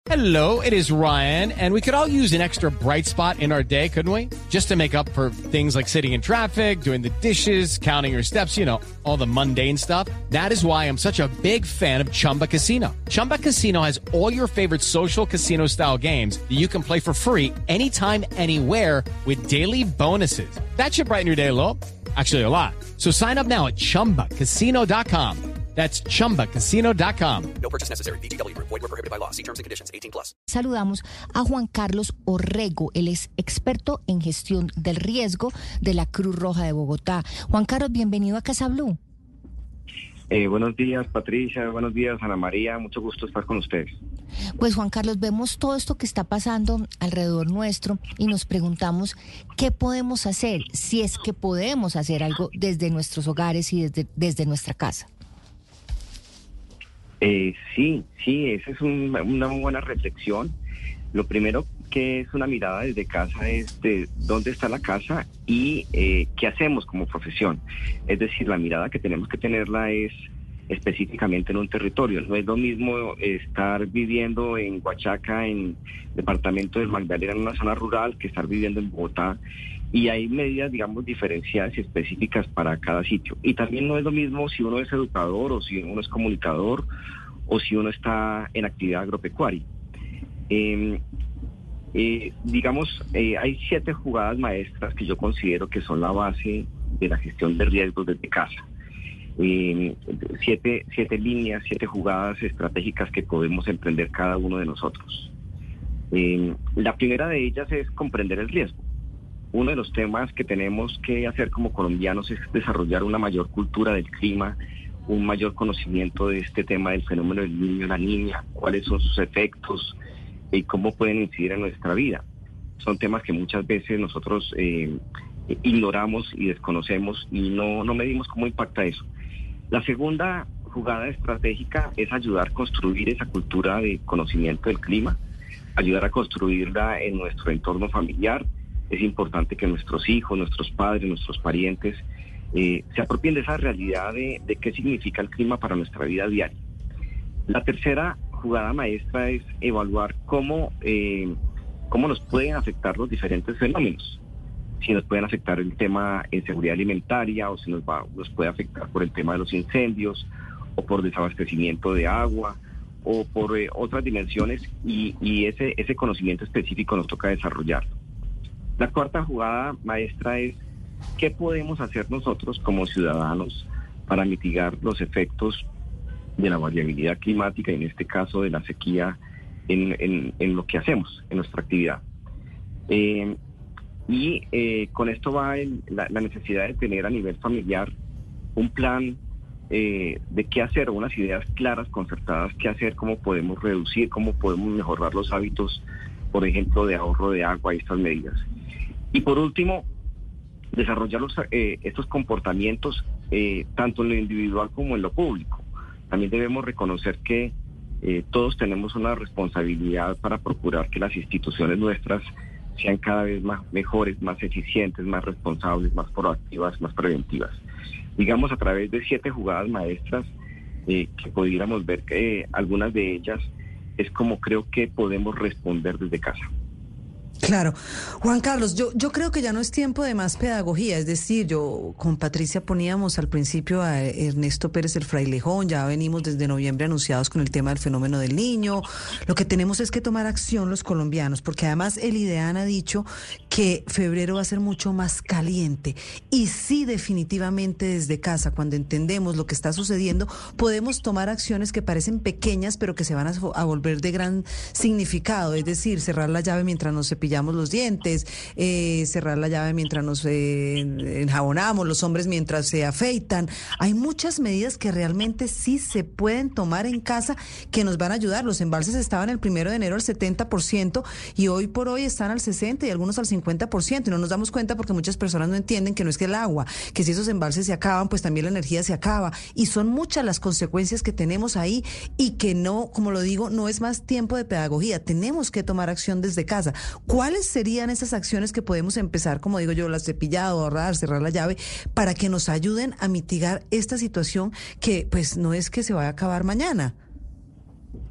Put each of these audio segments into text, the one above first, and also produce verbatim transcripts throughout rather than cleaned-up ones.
Hello, it is Ryan, and we could all use an extra bright spot in our day, couldn't we? Just to make up for things like sitting in traffic, doing the dishes, counting your steps, you know, all the mundane stuff. That is why I'm such a big fan of Chumba Casino. Chumba Casino has all your favorite social casino-style games that you can play for free anytime, anywhere with daily bonuses. That should brighten your day a little. Actually, a lot. So sign up now at chumba casino dot com. That's chumba casino dot com. No purchase necessary. V G W Group. Void where prohibited by law. See terms and conditions. eighteen plus. Saludamos a Juan Carlos Orrego. Él es experto en gestión del riesgo de la Cruz Roja de Bogotá. Juan Carlos, bienvenido a Casa Blue. Eh, buenos días, Patricia. Buenos días, Ana María. Mucho gusto estar con ustedes. Pues, Juan Carlos, vemos todo esto que está pasando alrededor nuestro y nos preguntamos qué podemos hacer, si es que podemos hacer algo desde nuestros hogares y desde, desde nuestra casa. Eh, sí, sí, esa es un, una muy buena reflexión. Lo primero que es una mirada desde casa es de dónde está la casa y eh, qué hacemos como profesión. Es decir, la mirada que tenemos que tenerla es específicamente en un territorio. No es lo mismo estar viviendo en Huachaca, en el departamento del Magdalena, en una zona rural, que estar viviendo en Bogotá. Y hay medidas, digamos, diferenciadas y específicas para cada sitio. Y también no es lo mismo si uno es educador o si uno es comunicador o si uno está en actividad agropecuaria. Eh, eh, digamos, eh, hay siete jugadas maestras que yo considero que son la base de la gestión de riesgos desde casa. Eh, siete, siete líneas, siete jugadas estratégicas que podemos emprender cada uno de nosotros. Eh, la primera de ellas es comprender el riesgo. Uno de los temas que tenemos que hacer como colombianos es desarrollar una mayor cultura del clima, un mayor conocimiento de este tema del fenómeno del niño y la niña, cuáles son sus efectos y cómo pueden incidir en nuestra vida. Son temas que muchas veces nosotros eh, ignoramos y desconocemos y no, no medimos cómo impacta eso. La segunda jugada estratégica es ayudar a construir esa cultura de conocimiento del clima, ayudar a construirla en nuestro entorno familiar. Es importante que nuestros hijos, nuestros padres, nuestros parientes eh, se apropien de esa realidad de, de qué significa el clima para nuestra vida diaria. La tercera jugada maestra es evaluar cómo, eh, cómo nos pueden afectar los diferentes fenómenos. Si nos pueden afectar el tema en seguridad alimentaria o si nos, va, nos puede afectar por el tema de los incendios o por desabastecimiento de agua o por eh, otras dimensiones y, y ese, ese conocimiento específico nos toca desarrollarlo. La cuarta jugada maestra es qué podemos hacer nosotros como ciudadanos para mitigar los efectos de la variabilidad climática y en este caso de la sequía en, en, en lo que hacemos, en nuestra actividad. Eh, y eh, con esto va el, la, la necesidad de tener a nivel familiar un plan eh, de qué hacer, unas ideas claras, concertadas, qué hacer, cómo podemos reducir, cómo podemos mejorar los hábitos, por ejemplo, de ahorro de agua y estas medidas. Y por último, desarrollar los, eh, estos comportamientos eh, tanto en lo individual como en lo público. También debemos reconocer que eh, todos tenemos una responsabilidad para procurar que las instituciones nuestras sean cada vez más mejores, más eficientes, más responsables, más proactivas, más preventivas. Digamos, a través de siete jugadas maestras eh, que pudiéramos ver que eh, algunas de ellas es como creo que podemos responder desde casa. Claro. Juan Carlos, yo, yo creo que ya no es tiempo de más pedagogía, es decir, yo con Patricia poníamos al principio a Ernesto Pérez el Frailejón, ya venimos desde noviembre anunciados con el tema del fenómeno del niño, lo que tenemos es que tomar acción los colombianos, porque además el IDEAN ha dicho que febrero va a ser mucho más caliente y sí, definitivamente desde casa, cuando entendemos lo que está sucediendo, podemos tomar acciones que parecen pequeñas, pero que se van a, a volver de gran significado, es decir, cerrar la llave mientras nos cepillamos los dientes, eh, cerrar la llave mientras nos eh, enjabonamos, los hombres mientras se afeitan. Hay muchas medidas que realmente sí se pueden tomar en casa que nos van a ayudar. Los embalses estaban el primero de enero al setenta por ciento y hoy por hoy están al sesenta por ciento y algunos al cincuenta por ciento y no nos damos cuenta porque muchas personas no entienden que no es que el agua, que si esos embalses se acaban, pues también la energía se acaba y son muchas las consecuencias que tenemos ahí y que no, como lo digo, no es más tiempo de pedagogía, tenemos que tomar acción desde casa. ¿Cuáles serían esas acciones que podemos empezar, como digo yo, la cepillado, ahorrar, cerrar la llave, para que nos ayuden a mitigar esta situación que pues no es que se vaya a acabar mañana?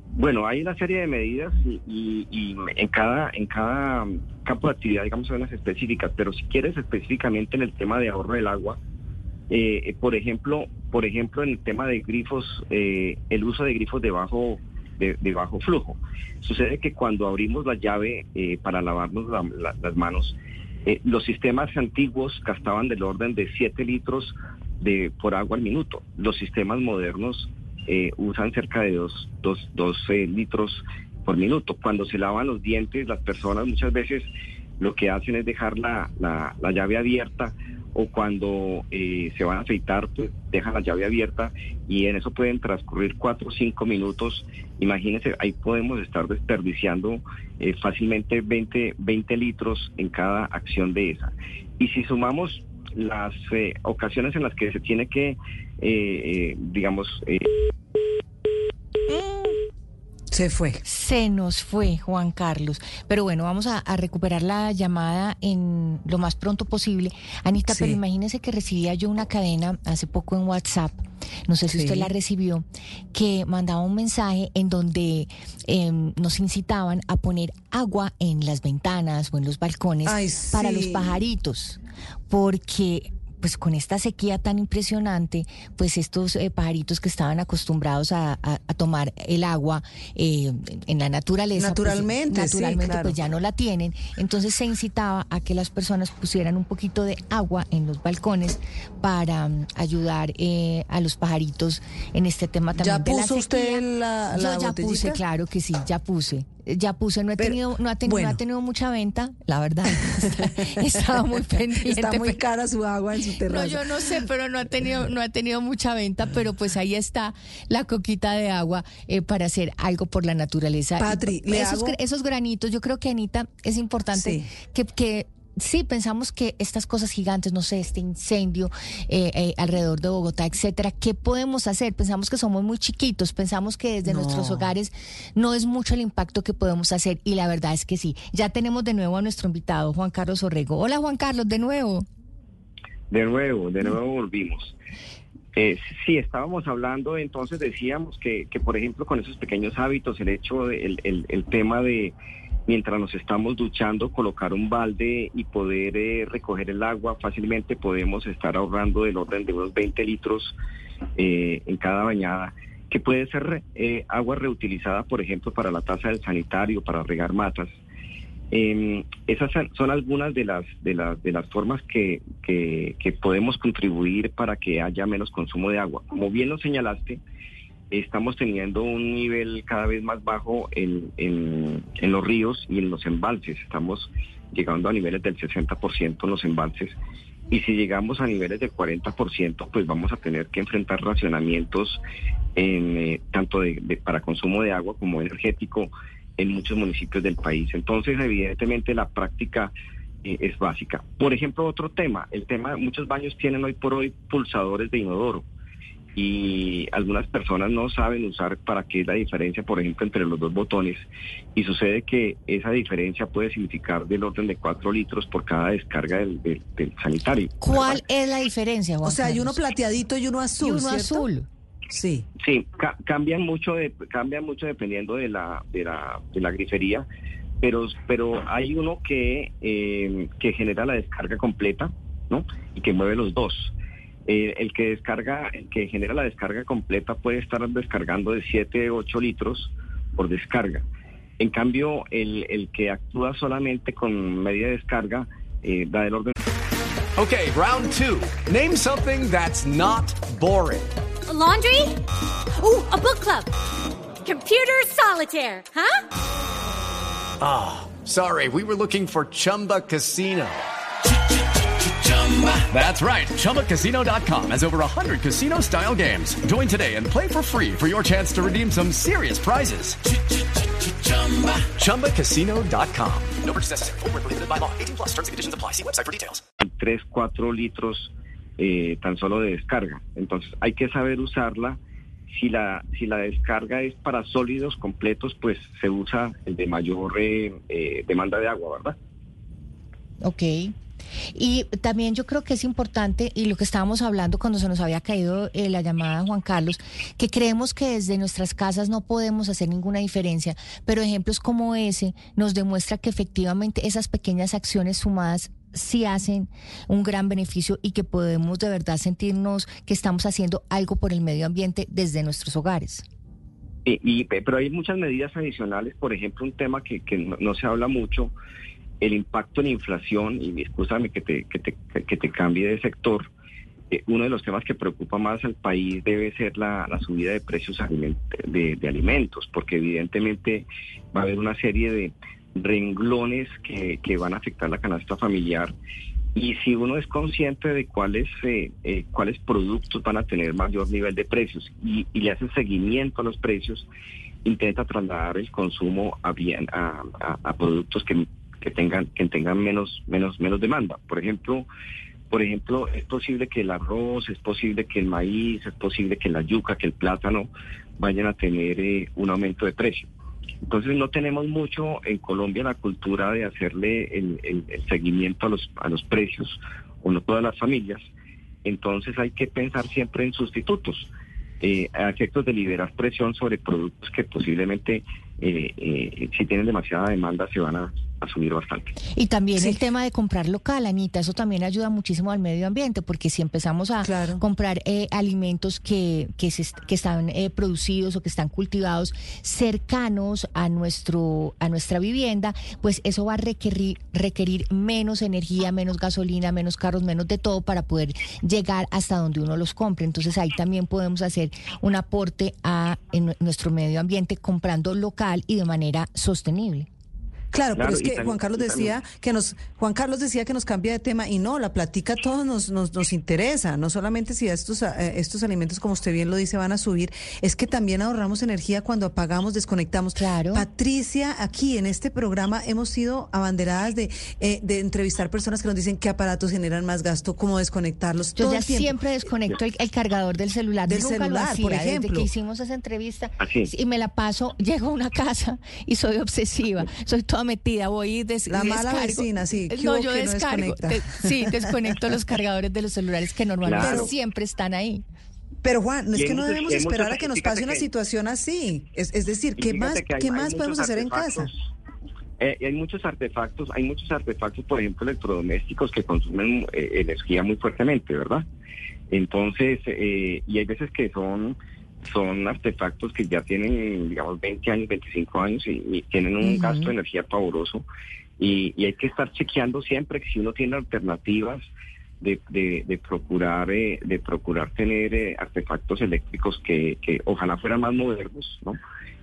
Bueno, hay una serie de medidas y, y, y en cada en cada campo de actividad, digamos, hay unas específicas, pero si quieres específicamente en el tema de ahorro del agua, eh, por ejemplo, por ejemplo, en el tema de grifos, eh, el uso de grifos de bajo de, de bajo flujo. Sucede que cuando abrimos la llave eh, para lavarnos la, la, las manos, eh, los sistemas antiguos gastaban del orden de siete litros de por agua al minuto. Los sistemas modernos Eh, usan cerca de dos, dos, doce litros por minuto. Cuando se lavan los dientes, las personas muchas veces lo que hacen es dejar la, la, la llave abierta, o cuando eh, se van a afeitar, pues dejan la llave abierta y en eso pueden transcurrir cuatro o cinco minutos. Imagínense, ahí podemos estar desperdiciando eh, fácilmente veinte, veinte litros en cada acción de esa. Y si sumamos las eh, ocasiones en las que se tiene que, eh, eh, digamos... Eh... Se fue. Se nos fue, Juan Carlos. Pero bueno, vamos a, a recuperar la llamada en lo más pronto posible. Anita, Sí. pero imagínese que recibía yo una cadena hace poco en WhatsApp, no sé si Sí. usted la recibió, que mandaba un mensaje en donde eh, nos incitaban a poner agua en las ventanas o en los balcones Ay, para sí. los pajaritos, porque pues con esta sequía tan impresionante, pues estos eh, pajaritos que estaban acostumbrados a, a, a tomar el agua eh, en la naturaleza, Naturalmente, pues, sí, naturalmente claro. pues ya no la tienen. Entonces se incitaba a que las personas pusieran un poquito de agua en los balcones para um, ayudar eh, a los pajaritos en este tema también ¿Ya de la puso sequía. usted la- la Yo ya botellita? puse, claro que sí, ya puse. Ya puse, no he Pero, tenido, no ha, tenido bueno. no ha tenido mucha venta, la verdad. Estaba muy pendiente. Está muy pero- cara su agua en su terraza. no, yo no sé, pero no ha tenido, no ha tenido mucha venta, pero pues ahí está la coquita de agua eh, para hacer algo por la naturaleza. Patri, Y, le esos, hago- gra- esos granitos, yo creo que, Anita, es importante Sí. que, que sí pensamos que estas cosas gigantes, no sé, este incendio eh, eh, alrededor de Bogotá, etcétera, ¿qué podemos hacer? Pensamos que somos muy chiquitos, pensamos que desde No. nuestros hogares no es mucho el impacto que podemos hacer, y la verdad es que sí. Ya tenemos de nuevo a nuestro invitado, Juan Carlos Orrego. Hola, Juan Carlos, de nuevo. De nuevo, de nuevo volvimos. Eh, sí, estábamos hablando, entonces decíamos que, que, por ejemplo, con esos pequeños hábitos, el hecho, de, el, el, el tema de, mientras nos estamos duchando, colocar un balde y poder eh, recoger el agua fácilmente, podemos estar ahorrando del orden de unos veinte litros eh, en cada bañada, que puede ser eh, agua reutilizada, por ejemplo, para la taza del sanitario, para regar matas. Eh, esas son algunas de las de las de las formas que, que, que podemos contribuir para que haya menos consumo de agua. Como bien lo señalaste, estamos teniendo un nivel cada vez más bajo en, en, en los ríos y en los embalses. Estamos llegando a niveles del sesenta por ciento en los embalses. Y si llegamos a niveles del cuarenta por ciento, pues vamos a tener que enfrentar racionamientos en, eh, tanto de, de, para consumo de agua como energético en muchos municipios del país. Entonces, evidentemente, la práctica eh, es básica. Por ejemplo, otro tema, el tema, muchos baños tienen hoy por hoy pulsadores de inodoro y algunas personas no saben usar para qué es la diferencia, por ejemplo, entre los dos botones, y sucede que esa diferencia puede significar del orden de cuatro litros por cada descarga del, del, del sanitario. ¿Cuál ¿verdad? es la diferencia, Juan O sea, hay uno Carlos? plateadito y uno azul, Y uno ¿cierto? azul. Sí. Sí, ca- cambian mucho, de, cambian mucho dependiendo de la, de la, de la grifería, pero, pero hay uno que, eh, que genera la descarga completa, ¿no? Y que mueve los dos. Eh, el que descarga, el que genera la descarga completa puede estar descargando de siete a ocho litros por descarga. En cambio, el, el que actúa solamente con media descarga eh, da del orden. Okay, round two. Name something that's not boring. A laundry? Ooh, a book club. Computer solitaire, huh? Ah, oh, sorry, we were looking for Chumba Casino. That's right, Chumba Casino dot com has over one hundred casino-style games. Join today and play for free for your chance to redeem some serious prizes. Chumba Casino dot com. No purchase necessary. Void where prohibited by law. eighteen plus terms and conditions apply. See website for details. tres, cuatro litros eh, tan solo de descarga. Entonces hay que saber usarla. Si la si la descarga es para sólidos completos, pues se usa el de mayor eh, eh, demanda de agua, ¿verdad? Ok. Y también yo creo que es importante, y lo que estábamos hablando cuando se nos había caído eh, la llamada, Juan Carlos, que creemos que desde nuestras casas no podemos hacer ninguna diferencia, pero ejemplos como ese nos demuestra que efectivamente esas pequeñas acciones sumadas sí hacen un gran beneficio y que podemos de verdad sentirnos que estamos haciendo algo por el medio ambiente desde nuestros hogares. Y, y, pero hay muchas medidas adicionales, por ejemplo, un tema que, que no, no se habla mucho, el impacto en inflación, y escúchame que te, que te, que te cambie de sector, eh, uno de los temas que preocupa más al país debe ser la, la subida de precios aliment- de, de alimentos, porque evidentemente va a haber una serie de renglones que, que van a afectar la canasta familiar, y si uno es consciente de cuáles eh, eh, cuáles productos van a tener mayor nivel de precios y, y le hace seguimiento a los precios, intenta trasladar el consumo a, bien, a, a, a productos que que tengan que tengan menos menos menos demanda. Por ejemplo, por ejemplo, es posible que el arroz, es posible que el maíz, es posible que la yuca, que el plátano vayan a tener eh, un aumento de precio. Entonces no tenemos mucho en Colombia la cultura de hacerle el, el, el seguimiento a los a los precios, o no todas las familias. Entonces hay que pensar siempre en sustitutos, eh, a efectos de liberar presión sobre productos que posiblemente eh, eh, si tienen demasiada demanda se van a a subir bastante. Y también Sí. el tema de comprar local, Anita, eso también ayuda muchísimo al medio ambiente, porque si empezamos a Claro. comprar eh, alimentos que, que, se, que están eh, producidos o que están cultivados cercanos a nuestro a nuestra vivienda, pues eso va a requerir, requerir menos energía, menos gasolina, menos carros, menos de todo para poder llegar hasta donde uno los compre. Entonces ahí también podemos hacer un aporte a en nuestro medio ambiente comprando local y de manera sostenible. Claro, Claro, pero es y que también- Juan Carlos y decía que nos Juan Carlos decía que nos cambia de tema y no, la platica a todos nos nos, nos interesa, no solamente si estos eh, estos alimentos, como usted bien lo dice, van a subir, es que también ahorramos energía cuando apagamos, desconectamos. Claro. Patricia, aquí en este programa hemos sido abanderadas de eh, de entrevistar personas que nos dicen qué aparatos generan más gasto, cómo desconectarlos. Yo todo ya el tiempo. siempre desconecto el, el cargador del celular. Del Yo nunca celular, lo hacía, por ejemplo. Desde que hicimos esa entrevista Así. y me la paso, llego a una casa y soy obsesiva, soy toda metida, voy y, des, La y mala descargo. vecina, sí, ¿qué No, hubo yo que no descargo. desconecta? de- sí, desconecto los cargadores de los celulares que normalmente Claro. siempre están ahí. Pero Juan, no es Y hay que no muchos- debemos y hay esperar muchos- a que nos fíjate pase una que- situación así. Es, es decir, Y ¿qué fíjate más que hay- qué hay más muchos podemos hacer en casa? artefactos, eh, hay muchos artefactos, hay muchos artefactos, por ejemplo, electrodomésticos que consumen eh, energía muy fuertemente, ¿verdad? Entonces, eh, y hay veces que son son artefactos que ya tienen, digamos, veinte años, veinticinco años y, y tienen un Ujú. gasto de energía pavoroso. Y, y hay que estar chequeando siempre que si uno tiene alternativas de, de, de procurar eh, de procurar tener eh, artefactos eléctricos que, que ojalá fueran más modernos, ¿no?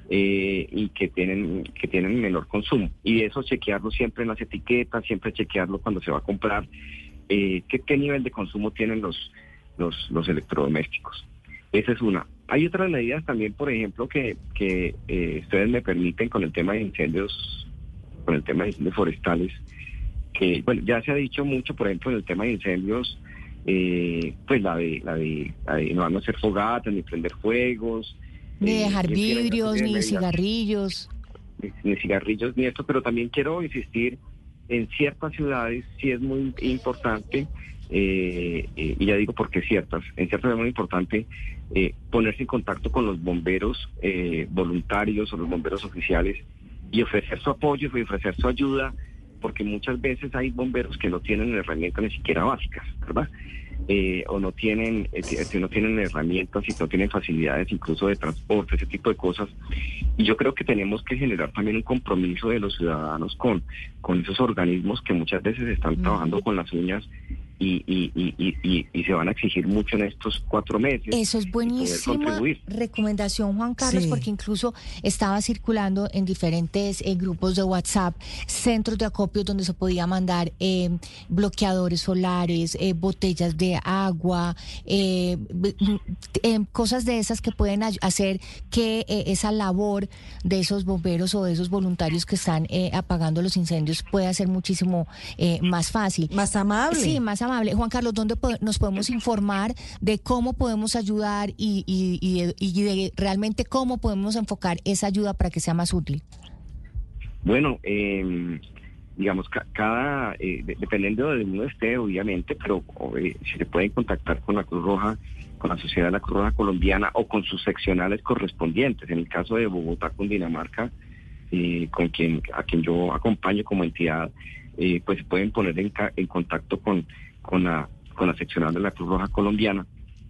Eh, y que tienen que tienen menor consumo, y eso chequearlo siempre en las etiquetas, siempre chequearlo cuando se va a comprar, eh, qué, qué nivel de consumo tienen los los los electrodomésticos. Esa es una. Hay otras medidas también, por ejemplo, que que eh, ustedes me permiten con el tema de incendios, con el tema de incendios forestales, que bueno, ya se ha dicho mucho, por ejemplo, en el tema de incendios, eh, pues la de la de, la de no no hacer fogatas ni prender fuegos, Ni eh, dejar y en fin, hay una vidrios, serie de ni medidas, cigarrillos. ni, ni cigarrillos ni esto, pero también quiero insistir, en ciertas ciudades sí es muy importante, eh, eh, y ya digo porque ciertas, en ciertas es muy importante eh, ponerse en contacto con los bomberos eh, voluntarios o los bomberos oficiales y ofrecer su apoyo y ofrecer su ayuda, porque muchas veces hay bomberos que no tienen herramientas ni siquiera básicas, ¿verdad? Eh, o no tienen eh, t- no tienen herramientas y no tienen facilidades incluso de transporte, ese tipo de cosas. Y yo creo que tenemos que generar también un compromiso de los ciudadanos con, con esos organismos que muchas veces están Ujú. trabajando con las uñas y, y, y, y, y, y se van a exigir mucho en estos cuatro meses. Eso es y poder buenísima contribuir. recomendación, Juan Carlos, Sí. porque incluso estaba circulando en diferentes eh, grupos de WhatsApp, centros de acopio donde se podía mandar eh, bloqueadores solares, eh, botellas de agua, eh, b- eh, cosas de esas que pueden ay- hacer que eh, esa labor de esos bomberos o de esos voluntarios que están eh, apagando los incendios pueda ser muchísimo eh, más fácil. Más amable. Sí, más amable. Juan Carlos, ¿dónde po- nos podemos informar de cómo podemos ayudar y, y, y, de, y de realmente cómo podemos enfocar esa ayuda para que sea más útil? Bueno, eh, digamos, ca- cada, eh, de- dependiendo de donde uno esté, obviamente, pero eh, si se pueden contactar con la Cruz Roja, con la Sociedad de la Cruz Roja Colombiana o con sus seccionales correspondientes. En el caso de Bogotá, Cundinamarca, eh, con quien a quien yo acompaño como entidad, eh, pues se pueden poner en, ca- en contacto con, con la con la seccional de la Cruz Roja Colombiana.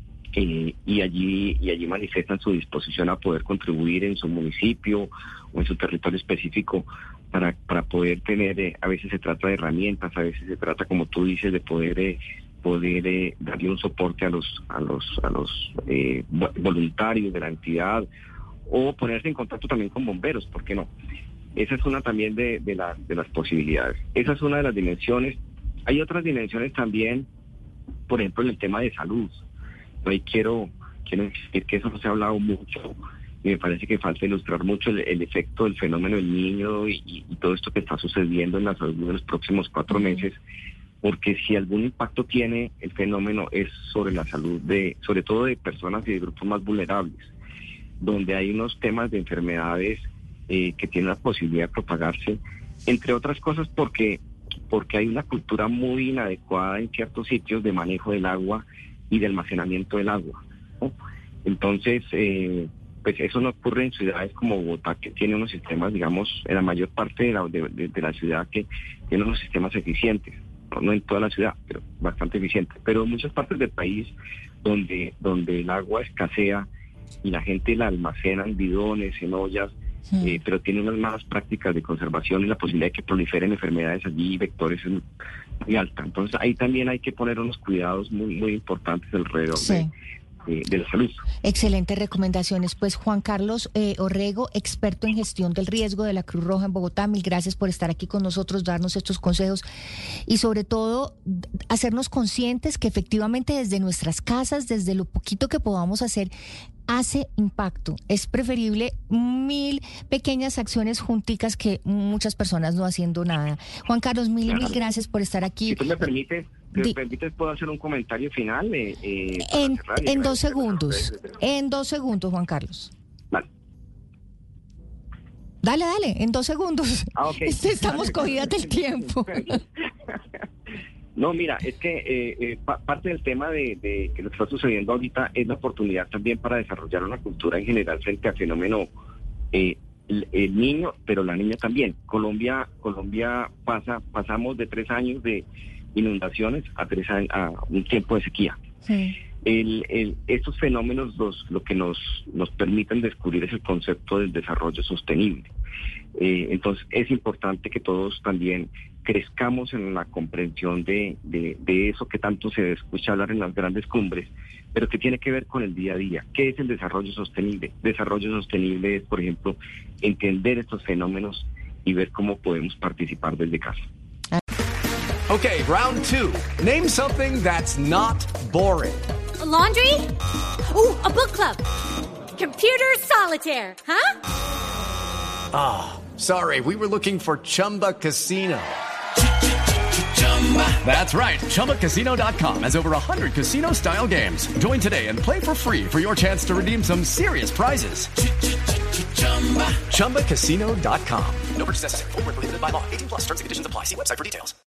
Eh, y allí y allí manifiestan su disposición a poder contribuir en su municipio o en su territorio específico para, para poder tener, eh, a veces se trata de herramientas, a veces se trata, como tú dices, de poder eh, poder eh, darle un soporte a los a los a los eh, vo- voluntarios de la entidad, o ponerse en contacto también con bomberos, ¿por qué no? Esa es una también de, de, la, de las posibilidades. Esa es una de las dimensiones. Hay otras dimensiones también, por ejemplo, en el tema de salud. Ahí quiero, quiero insistir que eso no se ha hablado mucho y me parece que falta ilustrar mucho el, el efecto del fenómeno del niño y, y, y todo esto que está sucediendo en la salud en los próximos cuatro meses, porque si algún impacto tiene el fenómeno es sobre la salud de, sobre todo de personas y de grupos más vulnerables, donde hay unos temas de enfermedades eh, que tienen la posibilidad de propagarse, entre otras cosas porque, porque hay una cultura muy inadecuada en ciertos sitios de manejo del agua y de almacenamiento del agua, ¿no? Entonces, eh, pues eso no ocurre en ciudades como Bogotá, que tiene unos sistemas, digamos, en la mayor parte de la, de, de, de la ciudad que tiene unos sistemas eficientes, no, no en toda la ciudad, pero bastante eficientes, pero en muchas partes del país donde, donde el agua escasea y la gente la almacena en bidones, en ollas, Sí. eh, pero tiene unas malas prácticas de conservación y la posibilidad de que proliferen enfermedades allí, vectores, es muy alta. Entonces ahí también hay que poner unos cuidados muy muy importantes alrededor Sí. de, de, de la salud. Excelentes recomendaciones. Pues Juan Carlos eh, Orrego, experto en gestión del riesgo de la Cruz Roja en Bogotá, mil gracias por estar aquí con nosotros, darnos estos consejos y sobre todo d- hacernos conscientes que efectivamente desde nuestras casas, desde lo poquito que podamos hacer, hace impacto. Es preferible mil pequeñas acciones junticas que muchas personas no haciendo nada. Juan Carlos, mil y mil Claro. gracias por estar aquí. Si tú me permites, si Di- me permites, puedo hacer un comentario final. Eh, eh, para En, cerrar y en dos agradecer a segundos, ustedes. en dos segundos, Juan Carlos. Vale. Dale, dale, en dos segundos. Ah, ok. Estamos cogidas del tiempo. No, mira, es que eh, eh, pa- parte del tema de, de que lo que está sucediendo ahorita es la oportunidad también para desarrollar una cultura en general frente al fenómeno eh, el, el niño, pero la niña también. Colombia, Colombia pasa, pasamos de tres años de inundaciones a tres años, a un tiempo de sequía. Sí. El, el, estos fenómenos los, lo que nos, nos permiten descubrir es el concepto del desarrollo sostenible. Eh, entonces es importante que todos también crezcamos en la comprensión de, de, de eso que tanto se escucha hablar en las grandes cumbres, pero que tiene que ver con el día a día. ¿Qué es el desarrollo sostenible? Desarrollo sostenible es, por ejemplo, entender estos fenómenos y ver cómo podemos participar desde casa. Okay, round two. Name something that's not boring. A laundry? Ooh, a book club. Computer solitaire, huh? Ah, sorry, we were looking for Chumba Casino. That's right. Chumba Casino dot com has over one hundred casino-style games. Join today and play for free for your chance to redeem some serious prizes. Chumba Casino dot com. No purchase necessary. Void where prohibited by law. eighteen plus terms and conditions apply. See website for details.